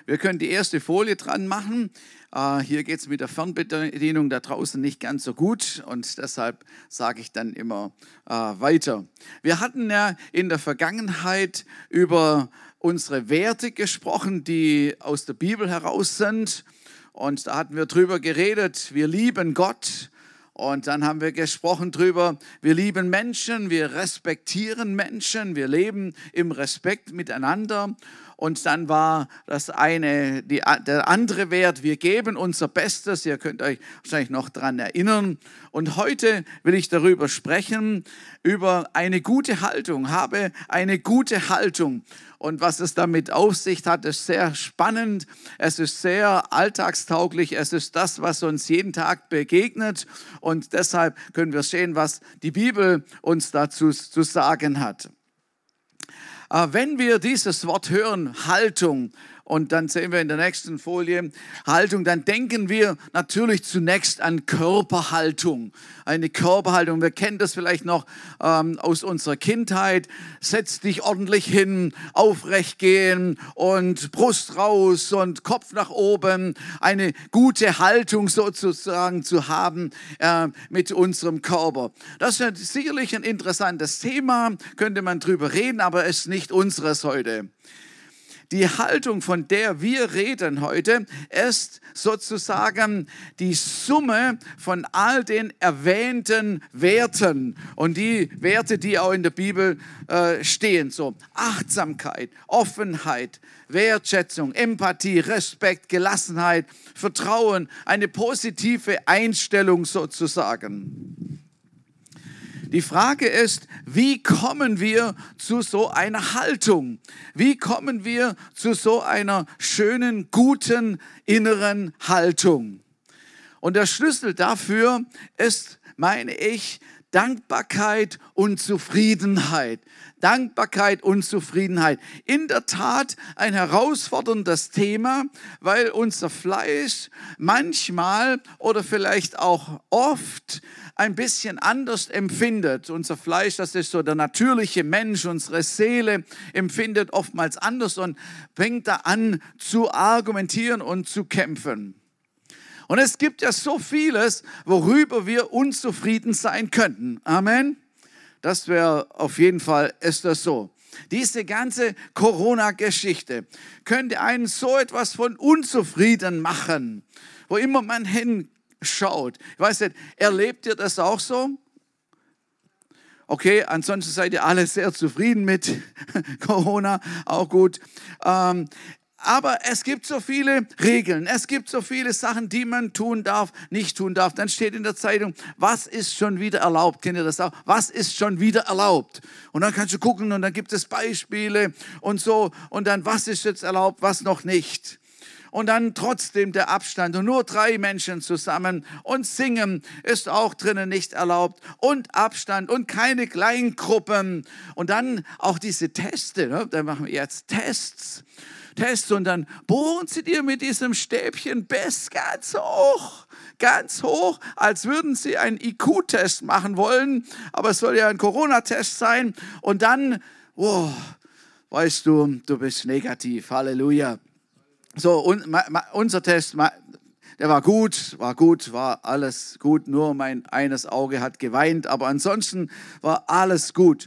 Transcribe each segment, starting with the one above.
Wir können die erste Folie dran machen. Hier geht es mit der Fernbedienung da draußen nicht ganz so gut und deshalb sage ich dann immer weiter. Wir hatten ja in der Vergangenheit über unsere Werte gesprochen, die aus der Bibel heraus sind. Und da hatten wir drüber geredet, wir lieben Gott. Und dann haben wir gesprochen drüber, wir lieben Menschen, wir respektieren Menschen, wir leben im Respekt miteinander. Und dann war das der andere Wert, wir geben unser Bestes. Ihr könnt euch wahrscheinlich noch daran erinnern. Und heute will ich darüber sprechen, über eine gute Haltung. Habe eine gute Haltung. Und was es damit auf sich hat, ist sehr spannend. Es ist sehr alltagstauglich. Es ist das, was uns jeden Tag begegnet. Und deshalb können wir sehen, was die Bibel uns dazu zu sagen hat. Wenn wir dieses Wort hören, Haltung, und dann sehen wir in der nächsten Folie Haltung, dann denken wir natürlich zunächst an Körperhaltung. Eine Körperhaltung, wir kennen das vielleicht noch aus unserer Kindheit. Setz dich ordentlich hin, aufrecht gehen und Brust raus und Kopf nach oben. Eine gute Haltung sozusagen zu haben mit unserem Körper. Das ist sicherlich ein interessantes Thema, könnte man drüber reden, aber es ist nicht unseres heute. Die Haltung, von der wir reden heute, ist sozusagen die Summe von all den erwähnten Werten und die Werte, die auch in der Bibel stehen. So Achtsamkeit, Offenheit, Wertschätzung, Empathie, Respekt, Gelassenheit, Vertrauen, eine positive Einstellung sozusagen. Die Frage ist, wie kommen wir zu so einer Haltung? Wie kommen wir zu so einer schönen, guten, inneren Haltung? Und der Schlüssel dafür ist, meine ich, Dankbarkeit und Zufriedenheit. Dankbarkeit und Zufriedenheit. In der Tat ein herausforderndes Thema, weil unser Fleisch manchmal oder vielleicht auch oft ein bisschen anders empfindet. Unser Fleisch, das ist so der natürliche Mensch, unsere Seele empfindet oftmals anders und fängt da an zu argumentieren und zu kämpfen. Und es gibt ja so vieles, worüber wir unzufrieden sein könnten. Amen. Das wäre auf jeden Fall, ist das so. Diese ganze Corona-Geschichte könnte einen so etwas von unzufrieden machen, wo immer man hinschaut. Ich weiß nicht, erlebt ihr das auch so? Okay, ansonsten seid ihr alle sehr zufrieden mit Corona, auch gut. Aber es gibt so viele Regeln, es gibt so viele Sachen, die man tun darf, nicht tun darf. Dann steht in der Zeitung, was ist schon wieder erlaubt? Kennt ihr das auch? Was ist schon wieder erlaubt? Und dann kannst du gucken und dann gibt es Beispiele und so. Und dann, was ist jetzt erlaubt, was noch nicht? Und dann trotzdem der Abstand und nur 3 Menschen zusammen und singen ist auch drinnen nicht erlaubt und Abstand und keine Kleingruppen. Und dann auch diese Teste, ne? Da machen wir jetzt Tests und dann bohren sie dir mit diesem Stäbchen bis ganz hoch, als würden sie einen IQ-Test machen wollen, aber es soll ja ein Corona-Test sein und dann, weißt du, du bist negativ, Halleluja. So, und unser Test, der war gut, war alles gut, nur mein eines Auge hat geweint, aber ansonsten war alles gut.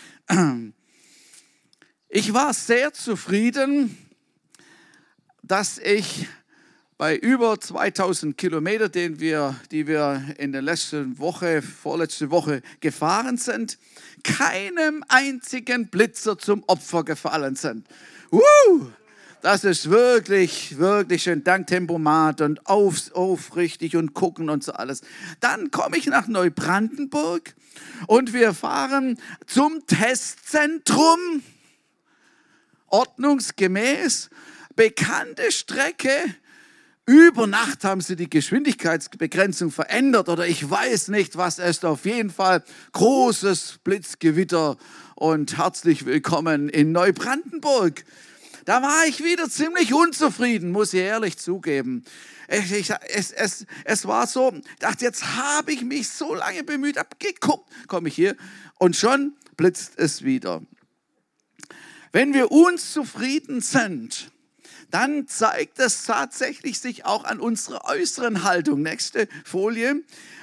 Ich war sehr zufrieden, dass ich bei über 2000 Kilometern, die wir in der vorletzte Woche gefahren sind, keinem einzigen Blitzer zum Opfer gefallen sind. Das ist wirklich, wirklich schön. Dank Tempomat und aufrichtig und gucken und so alles. Dann komme ich nach Neubrandenburg und wir fahren zum Testzentrum, ordnungsgemäß. Bekannte Strecke, über Nacht haben sie die Geschwindigkeitsbegrenzung verändert oder ich weiß nicht, was ist. Auf jeden Fall großes Blitzgewitter und herzlich willkommen in Neubrandenburg. Da war ich wieder ziemlich unzufrieden, muss ich ehrlich zugeben. Es war so, ich dachte, jetzt habe ich mich so lange bemüht, abgeguckt, komme ich hier und schon blitzt es wieder. Wenn wir unzufrieden sind, dann zeigt das tatsächlich sich auch an unserer äußeren Haltung. Nächste Folie.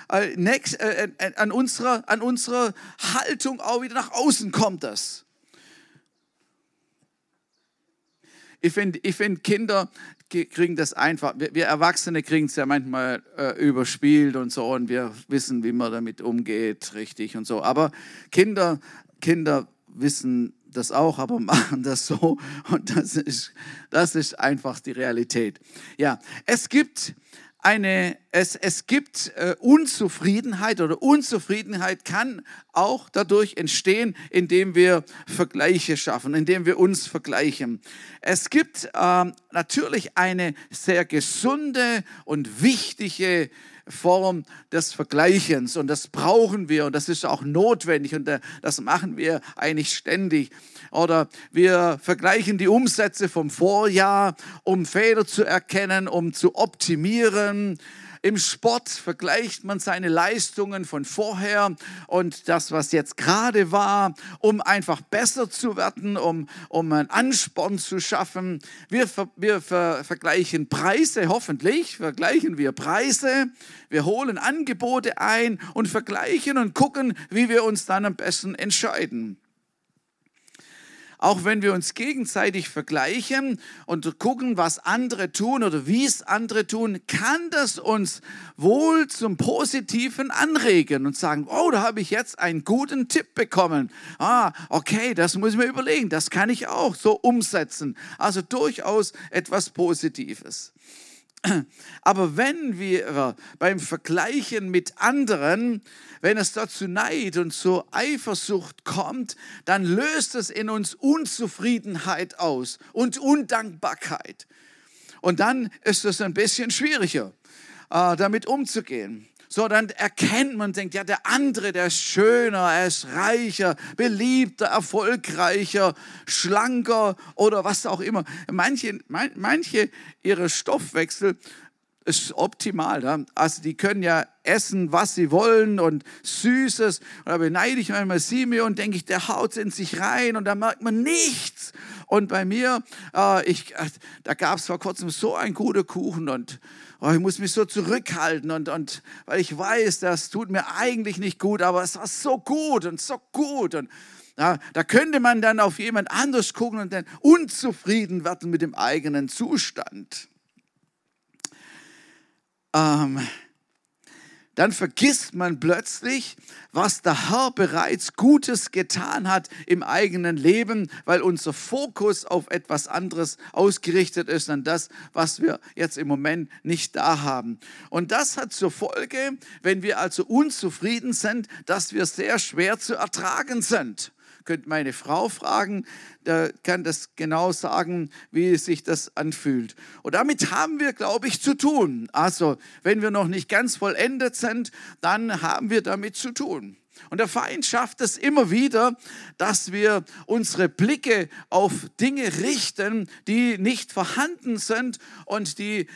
An unserer Haltung auch wieder nach außen kommt das. Ich find, Kinder kriegen das einfach. Wir Erwachsene kriegen es ja manchmal überspielt und so und wir wissen, wie man damit umgeht, richtig und so. Aber Kinder wissen das auch, aber machen das so und das ist einfach die Realität. Ja, es gibt Unzufriedenheit oder Unzufriedenheit kann auch dadurch entstehen, indem wir Vergleiche schaffen, indem wir uns vergleichen. Es gibt natürlich eine sehr gesunde und wichtige Form des Vergleichens und das brauchen wir und das ist auch notwendig und das machen wir eigentlich ständig. Oder wir vergleichen die Umsätze vom Vorjahr, um Fehler zu erkennen, um zu optimieren. Im Sport vergleicht man seine Leistungen von vorher und das, was jetzt gerade war, um einfach besser zu werden, um einen Ansporn zu schaffen. Wir vergleichen Preise, hoffentlich vergleichen wir Preise. Wir holen Angebote ein und vergleichen und gucken, wie wir uns dann am besten entscheiden. Auch wenn wir uns gegenseitig vergleichen und gucken, was andere tun oder wie es andere tun, kann das uns wohl zum Positiven anregen und sagen, oh, da habe ich jetzt einen guten Tipp bekommen. Okay, das muss ich mir überlegen, das kann ich auch so umsetzen. Also durchaus etwas Positives. Aber wenn wir beim Vergleichen mit anderen, wenn es da zu Neid und zu Eifersucht kommt, dann löst es in uns Unzufriedenheit aus und Undankbarkeit. Und dann ist es ein bisschen schwieriger, damit umzugehen. So, dann erkennt man, denkt, ja, der andere, der ist schöner, er ist reicher, beliebter, erfolgreicher, schlanker oder was auch immer. Manche ihre Stoffwechsel ist optimal. Ja? Also die können ja essen, was sie wollen und Süßes. Und da beneide ich manchmal sie und denke ich, der haut in sich rein und da merkt man nichts. Und bei mir, da gab es vor kurzem so einen guten Kuchen und ich muss mich so zurückhalten und weil ich weiß, das tut mir eigentlich nicht gut, aber es war so gut und so gut. Und ja, da könnte man dann auf jemand anderes gucken und dann unzufrieden werden mit dem eigenen Zustand. Dann vergisst man plötzlich, was der Herr bereits Gutes getan hat im eigenen Leben, weil unser Fokus auf etwas anderes ausgerichtet ist, an das, was wir jetzt im Moment nicht da haben. Und das hat zur Folge, wenn wir also unzufrieden sind, dass wir sehr schwer zu ertragen sind. Könnt meine Frau fragen, da kann das genau sagen, wie sich das anfühlt. Und damit haben wir, glaube ich, zu tun. Also, wenn wir noch nicht ganz vollendet sind, dann haben wir damit zu tun. Und der Feind schafft es immer wieder, dass wir unsere Blicke auf Dinge richten, die nicht vorhanden sind und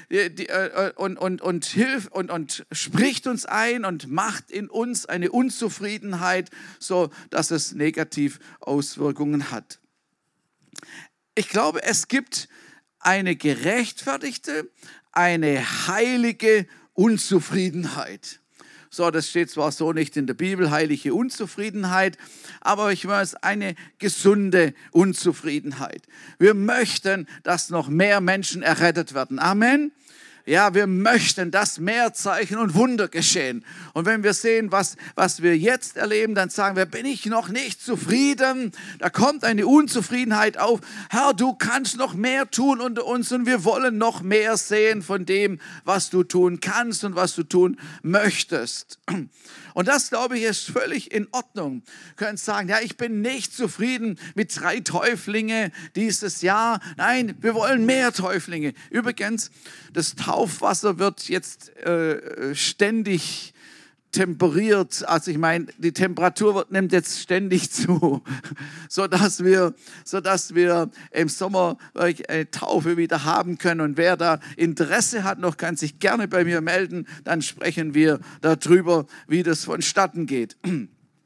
hilft und spricht uns ein und macht in uns eine Unzufriedenheit, so dass es negativ Auswirkungen hat. Ich glaube, es gibt eine gerechtfertigte, eine heilige Unzufriedenheit. So, das steht zwar so nicht in der Bibel, heilige Unzufriedenheit, aber ich weiß, eine gesunde Unzufriedenheit. Wir möchten, dass noch mehr Menschen errettet werden. Amen. Ja, wir möchten, dass mehr Zeichen und Wunder geschehen. Und wenn wir sehen, was wir jetzt erleben, dann sagen wir, bin ich noch nicht zufrieden? Da kommt eine Unzufriedenheit auf. Herr, du kannst noch mehr tun unter uns und wir wollen noch mehr sehen von dem, was du tun kannst und was du tun möchtest. Und das, glaube ich, ist völlig in Ordnung. Wir können sagen, ja, ich bin nicht zufrieden mit 3 Täuflinge dieses Jahr. Nein, wir wollen mehr Täuflinge. Übrigens, das Taufwasser wird jetzt ständig temperiert. Also ich meine, die Temperatur nimmt jetzt ständig zu, sodass wir im Sommer eine Taufe wieder haben können. Und wer da Interesse hat, noch kann sich gerne bei mir melden. Dann sprechen wir darüber, wie das vonstatten geht.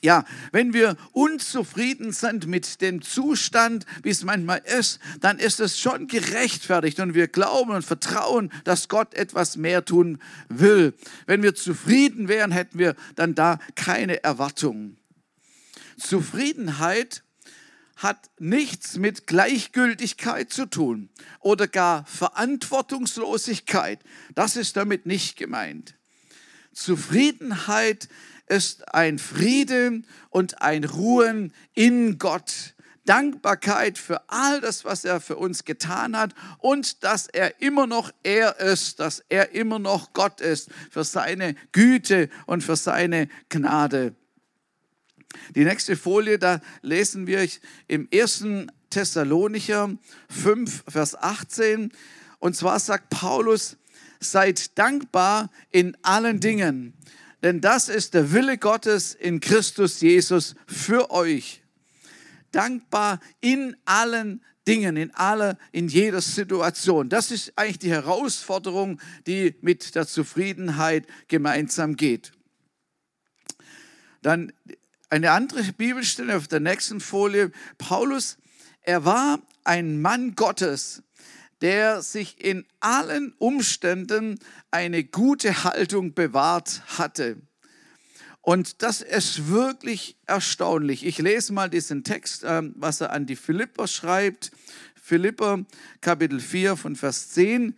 Ja, wenn wir unzufrieden sind mit dem Zustand, wie es manchmal ist, dann ist es schon gerechtfertigt und wir glauben und vertrauen, dass Gott etwas mehr tun will. Wenn wir zufrieden wären, hätten wir dann da keine Erwartungen. Zufriedenheit hat nichts mit Gleichgültigkeit zu tun oder gar Verantwortungslosigkeit. Das ist damit nicht gemeint. Zufriedenheit ist ein Friede und ein Ruhen in Gott. Dankbarkeit für all das, was er für uns getan hat und dass er immer noch er ist, dass er immer noch Gott ist, für seine Güte und für seine Gnade. Die nächste Folie, da lesen wir im 1. Thessalonicher 5, Vers 18. Und zwar sagt Paulus, seid dankbar in allen Dingen, denn das ist der Wille Gottes in Christus Jesus für euch. Dankbar in allen Dingen, in jeder Situation. Das ist eigentlich die Herausforderung, die mit der Zufriedenheit gemeinsam geht. Dann eine andere Bibelstelle auf der nächsten Folie. Paulus, er war ein Mann Gottes, der sich in allen Umständen eine gute Haltung bewahrt hatte. Und das ist wirklich erstaunlich. Ich lese mal diesen Text, was er an die Philipper schreibt. Philipper, Kapitel 4 von Vers 10.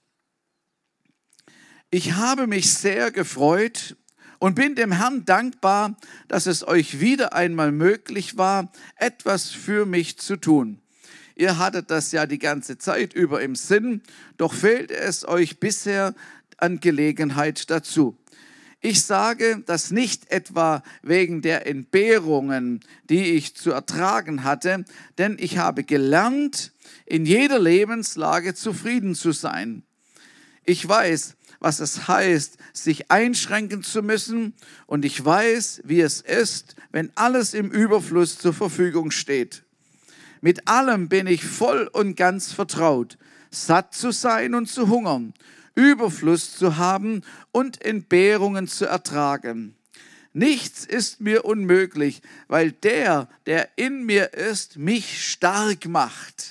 Ich habe mich sehr gefreut und bin dem Herrn dankbar, dass es euch wieder einmal möglich war, etwas für mich zu tun. Ihr hattet das ja die ganze Zeit über im Sinn, doch fehlte es euch bisher an Gelegenheit dazu. Ich sage das nicht etwa wegen der Entbehrungen, die ich zu ertragen hatte, denn ich habe gelernt, in jeder Lebenslage zufrieden zu sein. Ich weiß, was es heißt, sich einschränken zu müssen, und ich weiß, wie es ist, wenn alles im Überfluss zur Verfügung steht. Mit allem bin ich voll und ganz vertraut, satt zu sein und zu hungern, Überfluss zu haben und Entbehrungen zu ertragen. Nichts ist mir unmöglich, weil der in mir ist, mich stark macht.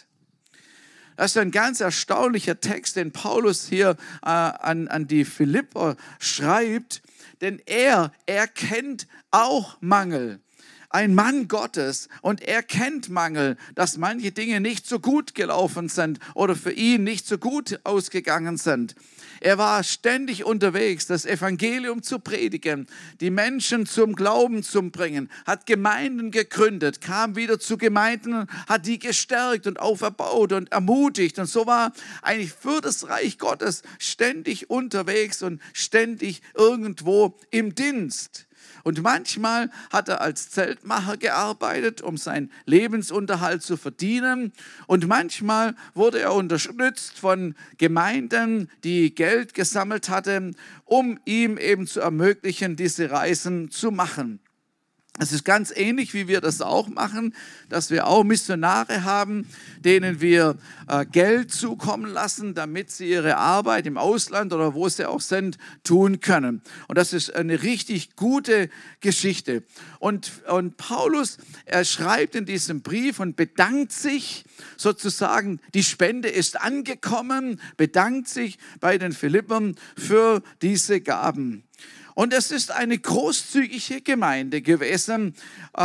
Das ist ein ganz erstaunlicher Text, den Paulus hier an die Philipper schreibt, denn er kennt auch Mangel. Ein Mann Gottes, und er kennt Mangel, dass manche Dinge nicht so gut gelaufen sind oder für ihn nicht so gut ausgegangen sind. Er war ständig unterwegs, das Evangelium zu predigen, die Menschen zum Glauben zu bringen, hat Gemeinden gegründet, kam wieder zu Gemeinden, hat die gestärkt und auferbaut und ermutigt. Und so war eigentlich für das Reich Gottes ständig unterwegs und ständig irgendwo im Dienst. Und manchmal hat er als Zeltmacher gearbeitet, um seinen Lebensunterhalt zu verdienen. Und manchmal wurde er unterstützt von Gemeinden, die Geld gesammelt hatten, um ihm eben zu ermöglichen, diese Reisen zu machen. Es ist ganz ähnlich, wie wir das auch machen, dass wir auch Missionare haben, denen wir Geld zukommen lassen, damit sie ihre Arbeit im Ausland oder wo sie auch sind, tun können. Und das ist eine richtig gute Geschichte. Und Paulus, er schreibt in diesem Brief und bedankt sich sozusagen, die Spende ist angekommen, bedankt sich bei den Philippern für diese Gaben. Und es ist eine großzügige Gemeinde gewesen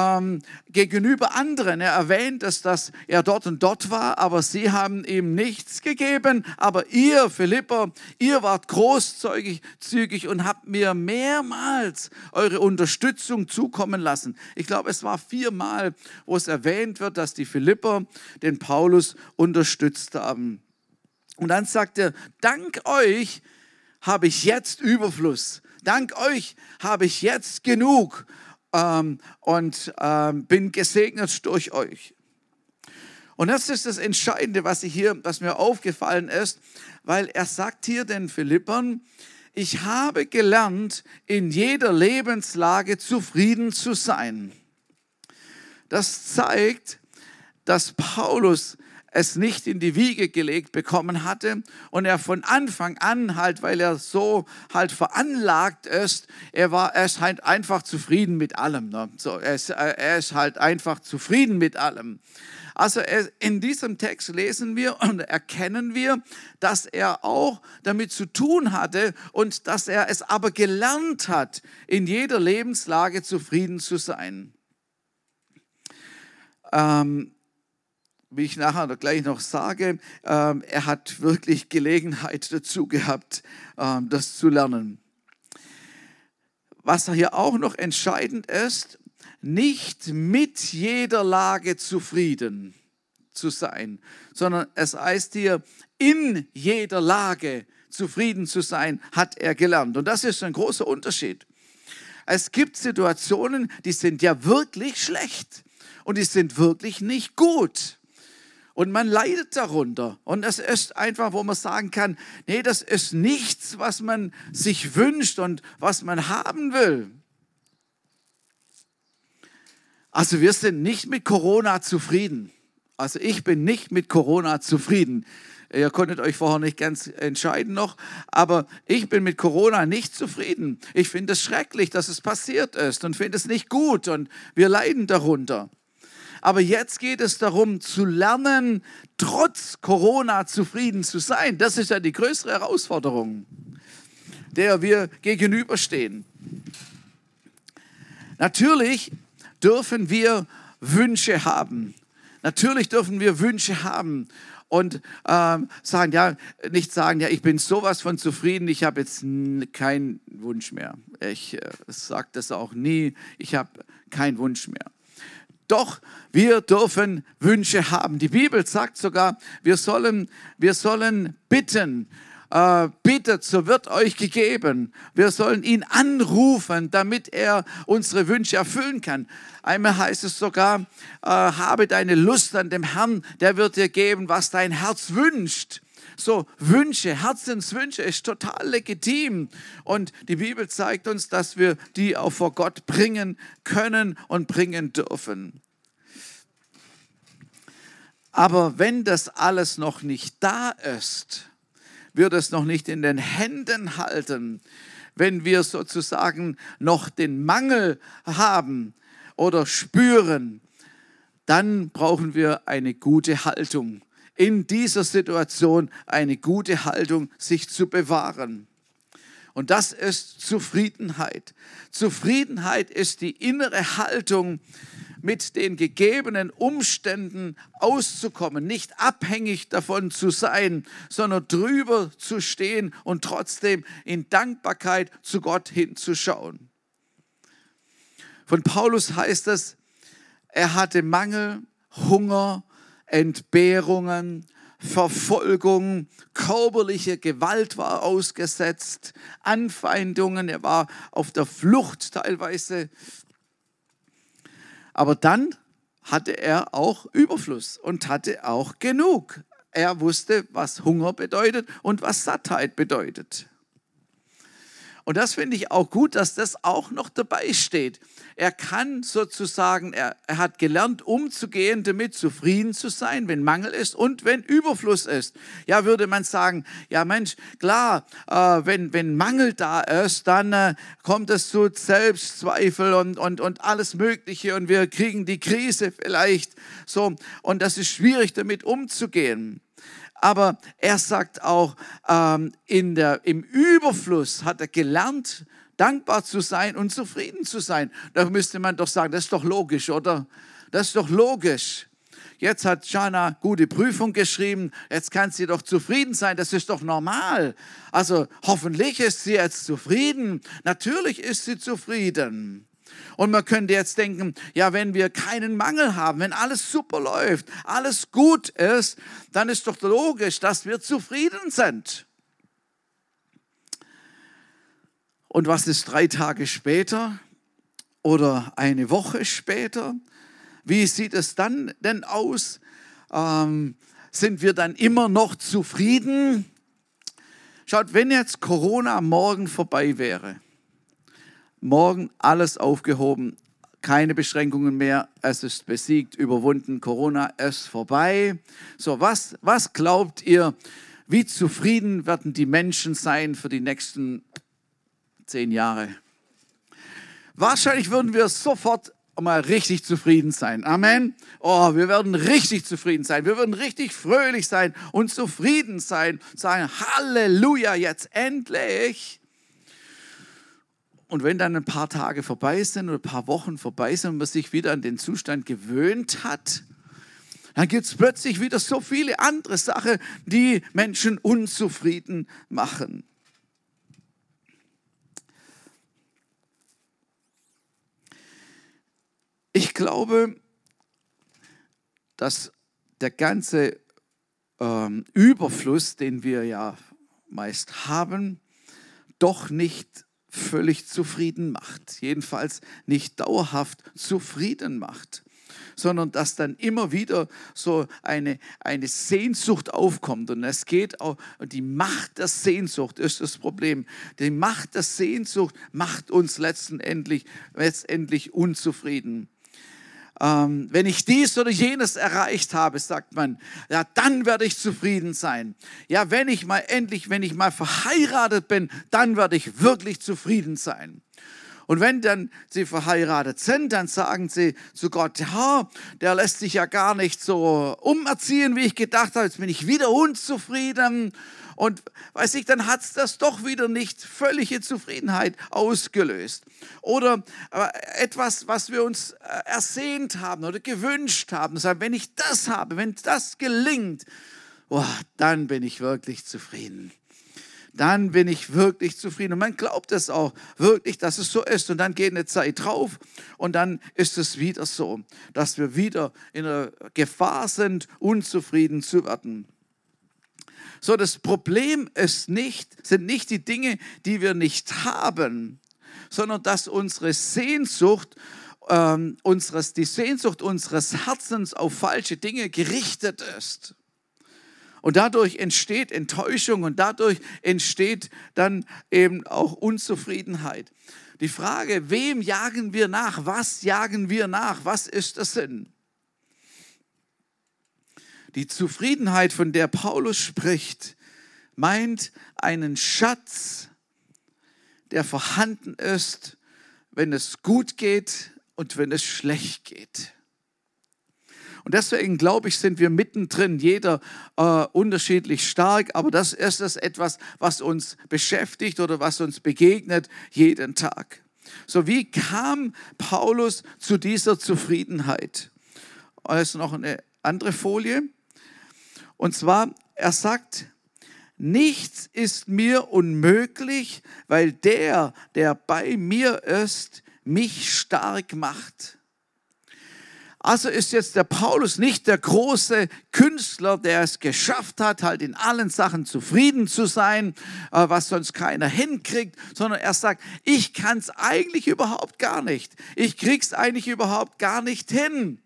gegenüber anderen. Er erwähnt, dass er dort und dort war, aber sie haben ihm nichts gegeben. Aber ihr, Philipper, ihr wart großzügig und habt mir mehrmals eure Unterstützung zukommen lassen. Ich glaube, es war 4-mal, wo es erwähnt wird, dass die Philipper den Paulus unterstützt haben. Und dann sagt er, dank euch habe ich jetzt Überfluss. Dank euch habe ich jetzt genug und bin gesegnet durch euch. Und das ist das Entscheidende, was mir aufgefallen ist, weil er sagt hier den Philippern, ich habe gelernt, in jeder Lebenslage zufrieden zu sein. Das zeigt, dass Paulus es nicht in die Wiege gelegt bekommen hatte und er von Anfang an halt, weil er so halt veranlagt ist, er ist halt einfach zufrieden mit allem. Ne? So, er ist halt einfach zufrieden mit allem. Also in diesem Text lesen wir und erkennen wir, dass er auch damit zu tun hatte und dass er es aber gelernt hat, in jeder Lebenslage zufrieden zu sein. Wie ich nachher gleich noch sage, er hat wirklich Gelegenheit dazu gehabt, das zu lernen. Was hier auch noch entscheidend ist, nicht mit jeder Lage zufrieden zu sein, sondern es heißt hier, in jeder Lage zufrieden zu sein, hat er gelernt. Und das ist ein großer Unterschied. Es gibt Situationen, die sind ja wirklich schlecht und die sind wirklich nicht gut. Und man leidet darunter. Und das ist einfach, wo man sagen kann, nee, das ist nichts, was man sich wünscht und was man haben will. Also wir sind nicht mit Corona zufrieden. Also ich bin nicht mit Corona zufrieden. Ihr konntet euch vorher nicht ganz entscheiden noch, aber ich bin mit Corona nicht zufrieden. Ich finde es schrecklich, dass es passiert ist und finde es nicht gut und wir leiden darunter. Aber jetzt geht es darum, zu lernen, trotz Corona zufrieden zu sein. Das ist ja die größere Herausforderung, der wir gegenüberstehen. Natürlich dürfen wir Wünsche haben. Natürlich dürfen wir Wünsche haben und nicht sagen, ja, ich bin sowas von zufrieden, ich habe jetzt keinen Wunsch mehr. Ich sage das auch nie, ich habe keinen Wunsch mehr. Doch wir dürfen Wünsche haben. Die Bibel sagt sogar, wir sollen bitten. Bittet, so wird euch gegeben. Wir sollen ihn anrufen, damit er unsere Wünsche erfüllen kann. Einmal heißt es sogar, habe deine Lust an dem Herrn, der wird dir geben, was dein Herz wünscht. So, Wünsche, Herzenswünsche ist total legitim. Und die Bibel zeigt uns, dass wir die auch vor Gott bringen können und bringen dürfen. Aber wenn das alles noch nicht da ist, wir das noch nicht in den Händen halten, wenn wir sozusagen noch den Mangel haben oder spüren, dann brauchen wir eine gute Haltung. In dieser Situation eine gute Haltung, sich zu bewahren. Und das ist Zufriedenheit. Zufriedenheit ist die innere Haltung, mit den gegebenen Umständen auszukommen, nicht abhängig davon zu sein, sondern drüber zu stehen und trotzdem in Dankbarkeit zu Gott hinzuschauen. Von Paulus heißt es, er hatte Mangel, Hunger, Entbehrungen, Verfolgung, körperliche Gewalt war ausgesetzt, Anfeindungen, er war auf der Flucht teilweise. Aber dann hatte er auch Überfluss und hatte auch genug. Er wusste, was Hunger bedeutet und was Sattheit bedeutet. Und das finde ich auch gut, dass das auch noch dabei steht. Er kann sozusagen, er hat gelernt, umzugehen, damit zufrieden zu sein, wenn Mangel ist und wenn Überfluss ist. Ja, würde man sagen, ja Mensch, klar, wenn Mangel da ist, dann kommt es zu Selbstzweifel und alles Mögliche und wir kriegen die Krise vielleicht so und das ist schwierig, damit umzugehen. Aber er sagt auch, im Überfluss hat er gelernt, dankbar zu sein und zufrieden zu sein. Da müsste man doch sagen, das ist doch logisch, oder? Das ist doch logisch. Jetzt hat Jana gute Prüfung geschrieben, jetzt kann sie doch zufrieden sein, das ist doch normal. Also hoffentlich ist sie jetzt zufrieden. Natürlich ist sie zufrieden. Und man könnte jetzt denken, ja, wenn wir keinen Mangel haben, wenn alles super läuft, alles gut ist, dann ist doch logisch, dass wir zufrieden sind. Und was ist 3 Tage später oder eine Woche später? Wie sieht es dann denn aus? Sind wir dann immer noch zufrieden? Schaut, wenn jetzt Corona morgen vorbei wäre, morgen alles aufgehoben, keine Beschränkungen mehr, es ist besiegt, überwunden, Corona ist vorbei. So, was glaubt ihr, wie zufrieden werden die Menschen sein für die nächsten 10 Jahre? Wahrscheinlich würden wir sofort mal richtig zufrieden sein. Amen. Oh, wir werden richtig zufrieden sein. Wir würden richtig fröhlich sein und zufrieden sein. Sagen, Halleluja, jetzt endlich. Und wenn dann ein paar Tage vorbei sind oder ein paar Wochen vorbei sind und man sich wieder an den Zustand gewöhnt hat, dann gibt es plötzlich wieder so viele andere Sachen, die Menschen unzufrieden machen. Ich glaube, dass der ganze Überfluss, den wir ja meist haben, doch nicht völlig zufrieden macht. Jedenfalls nicht dauerhaft zufrieden macht. Sondern dass dann immer wieder so eine Sehnsucht aufkommt. Und es geht auch, die Macht der Sehnsucht ist das Problem. Die Macht der Sehnsucht macht uns letztendlich unzufrieden. Wenn ich dies oder jenes erreicht habe, sagt man, ja, dann werde ich zufrieden sein. Ja, wenn ich mal verheiratet bin, dann werde ich wirklich zufrieden sein. Und wenn dann sie verheiratet sind, dann sagen sie zu Gott, ja, der lässt sich ja gar nicht so umerziehen, wie ich gedacht habe, jetzt bin ich wieder unzufrieden. Und weiß ich, dann hat es das doch wieder nicht völlige Zufriedenheit ausgelöst. Oder etwas, was wir uns ersehnt haben oder gewünscht haben. Das heißt, wenn ich das habe, wenn das gelingt, dann bin ich wirklich zufrieden. Dann bin ich wirklich zufrieden. Und man glaubt es auch wirklich, dass es so ist. Und dann geht eine Zeit drauf und dann ist es wieder so, dass wir wieder in der Gefahr sind, unzufrieden zu werden. So, das Problem sind nicht die Dinge, die wir nicht haben, sondern dass unsere Sehnsucht, die Sehnsucht unseres Herzens auf falsche Dinge gerichtet ist. Und dadurch entsteht Enttäuschung und dadurch entsteht dann eben auch Unzufriedenheit. Die Frage, wem jagen wir nach? Was jagen wir nach? Was ist der Sinn? Die Zufriedenheit, von der Paulus spricht, meint einen Schatz, der vorhanden ist, wenn es gut geht und wenn es schlecht geht. Und deswegen, glaube ich, sind wir mittendrin, jeder unterschiedlich stark, aber das ist etwas, was uns beschäftigt oder was uns begegnet jeden Tag. So, wie kam Paulus zu dieser Zufriedenheit? Also noch eine andere Folie. Und zwar, er sagt, nichts ist mir unmöglich, weil der bei mir ist, mich stark macht. Also ist jetzt der Paulus nicht der große Künstler, der es geschafft hat, halt in allen Sachen zufrieden zu sein, was sonst keiner hinkriegt, sondern er sagt, ich kann es eigentlich überhaupt gar nicht. Ich krieg's eigentlich überhaupt gar nicht hin.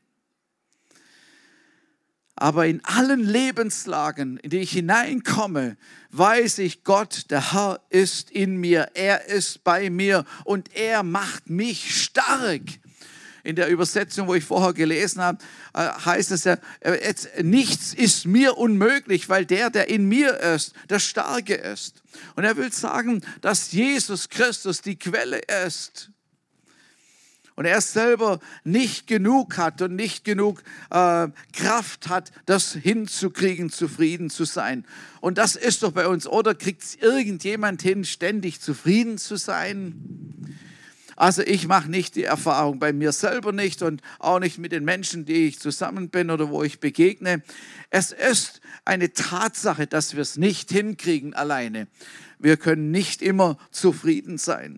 Aber in allen Lebenslagen, in die ich hineinkomme, weiß ich, Gott, der Herr ist in mir, er ist bei mir und er macht mich stark. In der Übersetzung, wo ich vorher gelesen habe, heißt es ja, nichts ist mir unmöglich, weil der in mir ist, der Starke ist. Und er will sagen, dass Jesus Christus die Quelle ist. Und er selber nicht genug hat und nicht genug Kraft hat, das hinzukriegen, zufrieden zu sein. Und das ist doch bei uns, oder kriegt es irgendjemand hin, ständig zufrieden zu sein? Also ich mache nicht die Erfahrung, bei mir selber nicht und auch nicht mit den Menschen, die ich zusammen bin oder wo ich begegne. Es ist eine Tatsache, dass wir es nicht hinkriegen alleine. Wir können nicht immer zufrieden sein.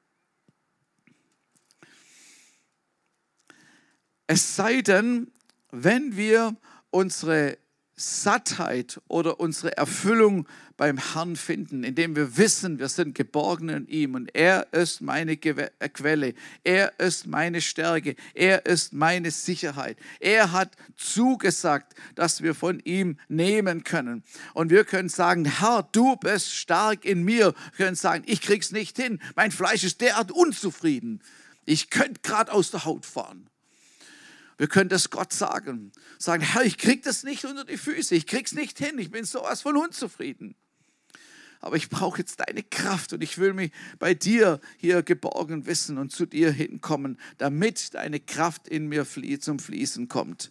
Es sei denn, wenn wir unsere Sattheit oder unsere Erfüllung beim Herrn finden, indem wir wissen, wir sind geborgen in ihm und er ist meine Quelle, er ist meine Stärke, er ist meine Sicherheit. Er hat zugesagt, dass wir von ihm nehmen können. Und wir können sagen, Herr, du bist stark in mir. Wir können sagen, ich krieg's nicht hin, mein Fleisch ist derart unzufrieden. Ich könnte gerade aus der Haut fahren. Wir können das Gott sagen. Sagen, Herr, ich kriege das nicht unter die Füße. Ich kriege es nicht hin. Ich bin sowas von unzufrieden. Aber ich brauche jetzt deine Kraft und ich will mich bei dir hier geborgen wissen und zu dir hinkommen, damit deine Kraft in mir zum Fließen kommt.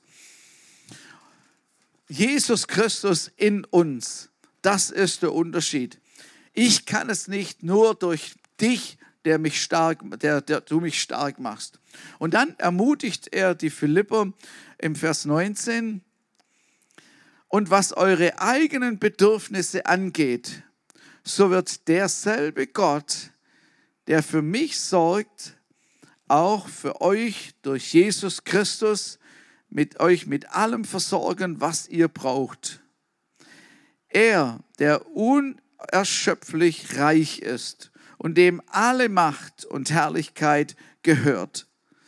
Jesus Christus in uns, das ist der Unterschied. Ich kann es nicht nur durch dich, der du mich stark machst. Und dann ermutigt er die Philipper im Vers 19, und was eure eigenen Bedürfnisse angeht, so wird derselbe Gott, der für mich sorgt, auch für euch durch Jesus Christus euch mit allem versorgen, was ihr braucht. Er, der unerschöpflich reich ist und dem alle Macht und Herrlichkeit gehört.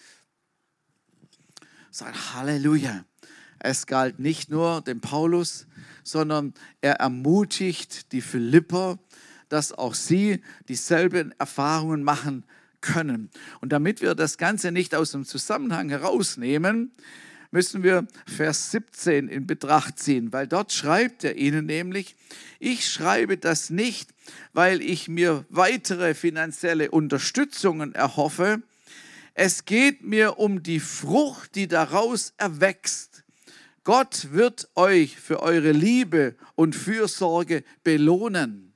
Sagt Halleluja. Es galt nicht nur dem Paulus, sondern er ermutigt die Philipper, dass auch sie dieselben Erfahrungen machen können. Und damit wir das Ganze nicht aus dem Zusammenhang herausnehmen, müssen wir Vers 17 in Betracht ziehen, weil dort schreibt er ihnen nämlich, ich schreibe das nicht, weil ich mir weitere finanzielle Unterstützungen erhoffe. Es geht mir um die Frucht, die daraus erwächst. Gott wird euch für eure Liebe und Fürsorge belohnen.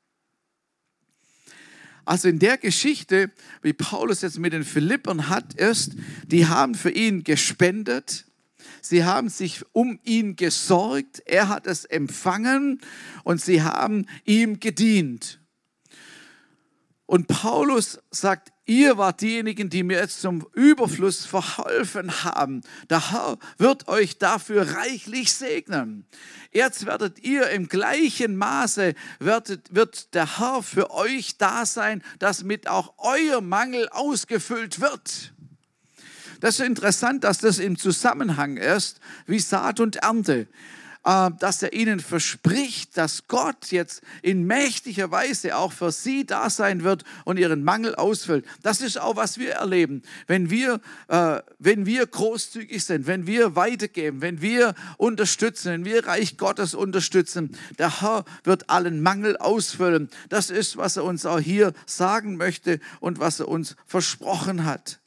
Also in der Geschichte, wie Paulus jetzt mit den Philippern hat, ist, die haben für ihn gespendet, sie haben sich um ihn gesorgt, er hat es empfangen und sie haben ihm gedient. Und Paulus sagt, ihr wart diejenigen, die mir jetzt zum Überfluss verholfen haben. Der Herr wird euch dafür reichlich segnen. Jetzt werdet ihr im gleichen Maße, wird der Herr für euch da sein, dass mit auch euer Mangel ausgefüllt wird. Das ist interessant, dass das im Zusammenhang ist, wie Saat und Ernte. Dass er ihnen verspricht, dass Gott jetzt in mächtiger Weise auch für sie da sein wird und ihren Mangel ausfüllt. Das ist auch, was wir erleben. Wenn wir großzügig sind, wenn wir weitergeben, wenn wir unterstützen, wenn wir Reich Gottes unterstützen, der Herr wird allen Mangel ausfüllen. Das ist, was er uns auch hier sagen möchte und was er uns versprochen hat.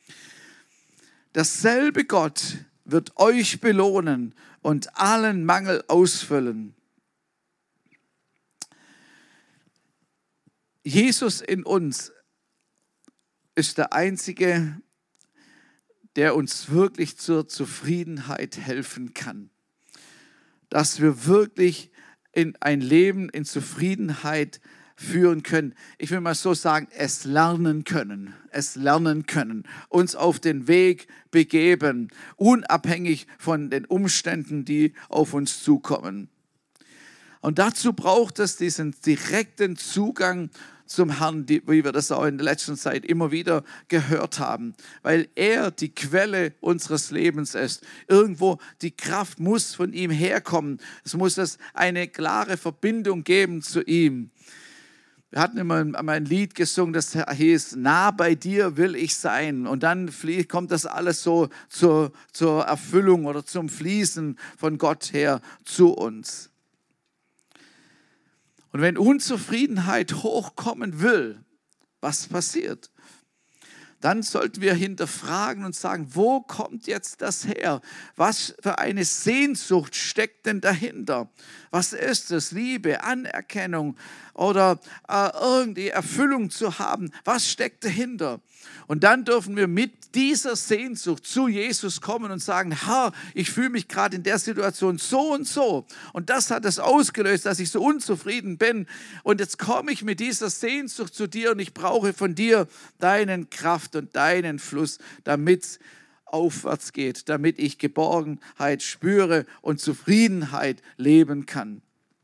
Dasselbe Gott wird euch belohnen und allen Mangel ausfüllen. Jesus in uns ist der Einzige, der uns wirklich zur Zufriedenheit helfen kann. Dass wir wirklich in ein Leben in Zufriedenheit führen können. Ich will mal so sagen, es lernen können, uns auf den Weg begeben, unabhängig von den Umständen, die auf uns zukommen. Und dazu braucht es diesen direkten Zugang zum Herrn, wie wir das auch in der letzten Zeit immer wieder gehört haben, weil er die Quelle unseres Lebens ist. Irgendwo die Kraft muss von ihm herkommen. Es muss eine klare Verbindung geben zu ihm. Wir hatten immer ein Lied gesungen, das hieß, nah bei dir will ich sein. Und dann kommt das alles so zur Erfüllung oder zum Fließen von Gott her zu uns. Und wenn Unzufriedenheit hochkommen will, was passiert? Dann sollten wir hinterfragen und sagen, wo kommt jetzt das her? Was für eine Sehnsucht steckt denn dahinter? Was ist es? Liebe, Anerkennung oder irgendwie Erfüllung zu haben? Was steckt dahinter? Und dann dürfen wir mit dieser Sehnsucht zu Jesus kommen und sagen, Herr, ich fühle mich gerade in der Situation so und so. Und das hat es ausgelöst, dass ich so unzufrieden bin. Und jetzt komme ich mit dieser Sehnsucht zu dir und ich brauche von dir deinen Kraft und deinen Fluss, damit es aufwärts geht, damit ich Geborgenheit spüre und Zufriedenheit leben kann.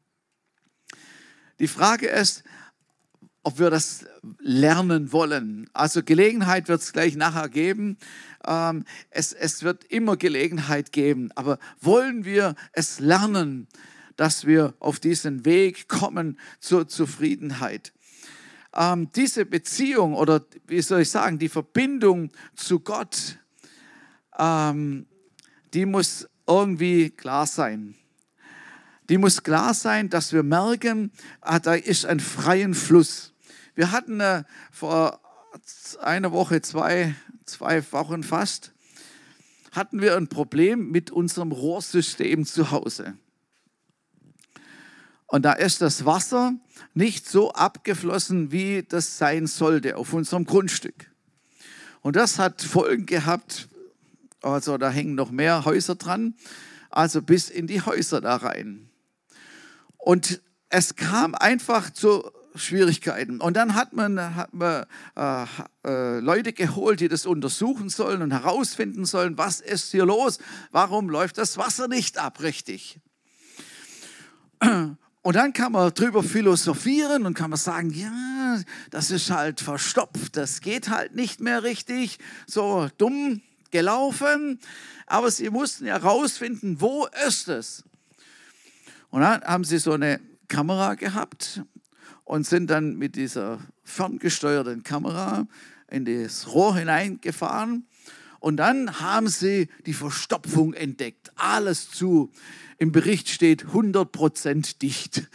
Die Frage ist, ob wir das lernen wollen. Also Gelegenheit wird es gleich nachher geben. Es wird immer Gelegenheit geben. Aber wollen wir es lernen, dass wir auf diesen Weg kommen zur Zufriedenheit? diese Beziehung oder wie soll ich sagen, die Verbindung zu Gott, die muss irgendwie klar sein. Die muss klar sein, dass wir merken, da ist ein freier Fluss. Wir hatten vor einer Woche, zwei Wochen fast, hatten wir ein Problem mit unserem Rohrsystem zu Hause. Und da ist das Wasser nicht so abgeflossen, wie das sein sollte auf unserem Grundstück. Und das hat Folgen gehabt, also da hängen noch mehr Häuser dran, also bis in die Häuser da rein. Und es kam einfach zu Schwierigkeiten. Und dann hat man Leute geholt, die das untersuchen sollen und herausfinden sollen, was ist hier los, warum läuft das Wasser nicht ab richtig. Und dann kann man drüber philosophieren und kann man sagen, ja, das ist halt verstopft, das geht halt nicht mehr richtig, so dumm gelaufen. Aber sie mussten herausfinden, wo ist es? Und dann haben sie so eine Kamera gehabt und sind dann mit dieser ferngesteuerten Kamera in das Rohr hineingefahren. Und dann haben sie die Verstopfung entdeckt. Alles zu. Im Bericht steht 100% dicht.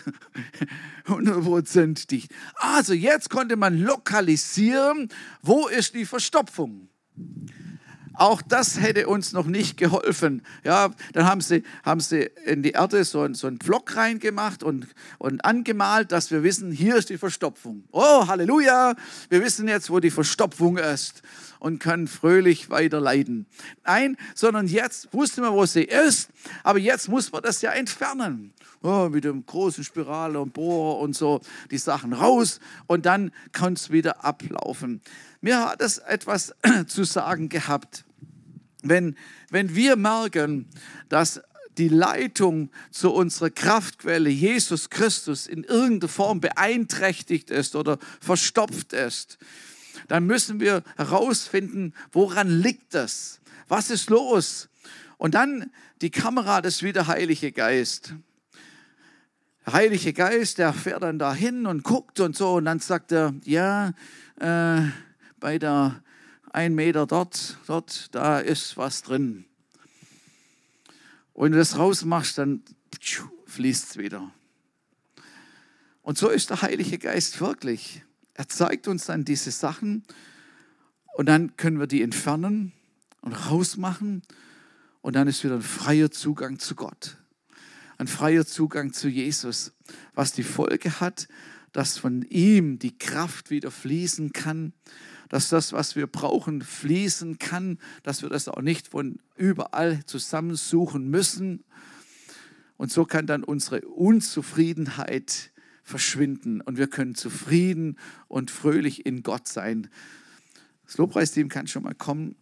100% dicht. Also jetzt konnte man lokalisieren, wo ist die Verstopfung. Auch das hätte uns noch nicht geholfen. Ja, dann haben sie in die Erde so einen Pflock reingemacht und angemalt, dass wir wissen, hier ist die Verstopfung. Oh, Halleluja, wir wissen jetzt, wo die Verstopfung ist und können fröhlich weiter leiden. Nein, sondern jetzt wussten wir, wo sie ist, aber jetzt muss man das ja entfernen. Oh, mit dem großen Spirale und Bohrer und so die Sachen raus und dann kann es wieder ablaufen. Mir hat es etwas zu sagen gehabt. Wenn wir merken, dass die Leitung zu unserer Kraftquelle Jesus Christus in irgendeiner Form beeinträchtigt ist oder verstopft ist, dann müssen wir herausfinden, woran liegt das? Was ist los? Und dann die Kamera, das ist wie der Heilige Geist. Der Heilige Geist, der fährt dann dahin und guckt und so und dann sagt er, ja, bei der 1 Meter dort, da ist was drin. Und wenn du das rausmachst, dann fließt es wieder. Und so ist der Heilige Geist wirklich. Er zeigt uns dann diese Sachen und dann können wir die entfernen und rausmachen und dann ist wieder ein freier Zugang zu Gott. Ein freier Zugang zu Jesus, was die Folge hat, dass von ihm die Kraft wieder fließen kann, dass das, was wir brauchen, fließen kann, dass wir das auch nicht von überall zusammensuchen müssen. Und so kann dann unsere Unzufriedenheit verschwinden und wir können zufrieden und fröhlich in Gott sein. Das Lobpreisteam kann schon mal kommen,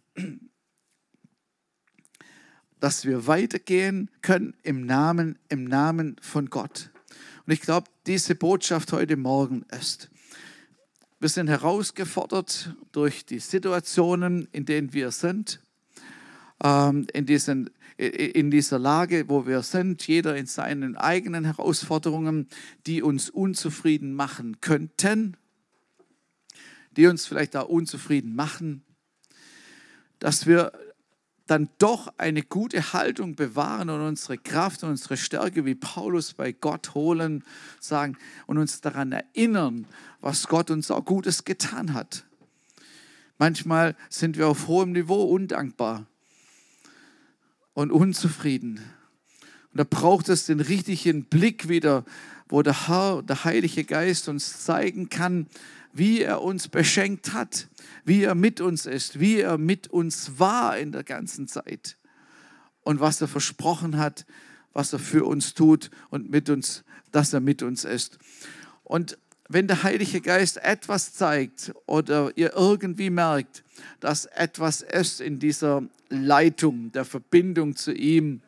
dass wir weitergehen können im Namen von Gott. Und ich glaube, diese Botschaft heute Morgen ist, wir sind herausgefordert durch die Situationen, in denen wir sind, in dieser Lage, wo wir sind, jeder in seinen eigenen Herausforderungen, die uns unzufrieden machen könnten, die uns vielleicht auch unzufrieden machen, dass wir dann doch eine gute Haltung bewahren und unsere Kraft und unsere Stärke wie Paulus bei Gott holen, sagen und uns daran erinnern, was Gott uns auch Gutes getan hat. Manchmal sind wir auf hohem Niveau undankbar und unzufrieden. Und da braucht es den richtigen Blick wieder, wo der Herr, der Heilige Geist uns zeigen kann, wie er uns beschenkt hat, wie er mit uns ist, wie er mit uns war in der ganzen Zeit und was er versprochen hat, was er für uns tut und mit uns, dass er mit uns ist. Und wenn der Heilige Geist etwas zeigt oder ihr irgendwie merkt, dass etwas ist in dieser Leitung, der Verbindung zu ihm,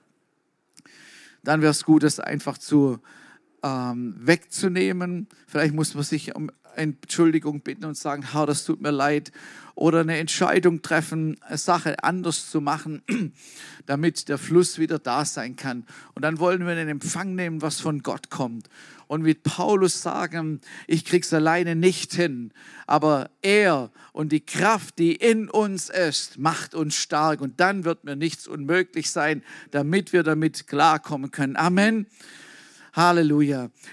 dann wäre es gut, das einfach wegzunehmen. Vielleicht muss man sich Entschuldigung bitten und sagen, Herr, das tut mir leid. Oder eine Entscheidung treffen, eine Sache anders zu machen, damit der Fluss wieder da sein kann. Und dann wollen wir in Empfang nehmen, was von Gott kommt. Und mit Paulus sagen, ich krieg's alleine nicht hin, aber er und die Kraft, die in uns ist, macht uns stark. Und dann wird mir nichts unmöglich sein, damit wir damit klarkommen können. Amen. Halleluja.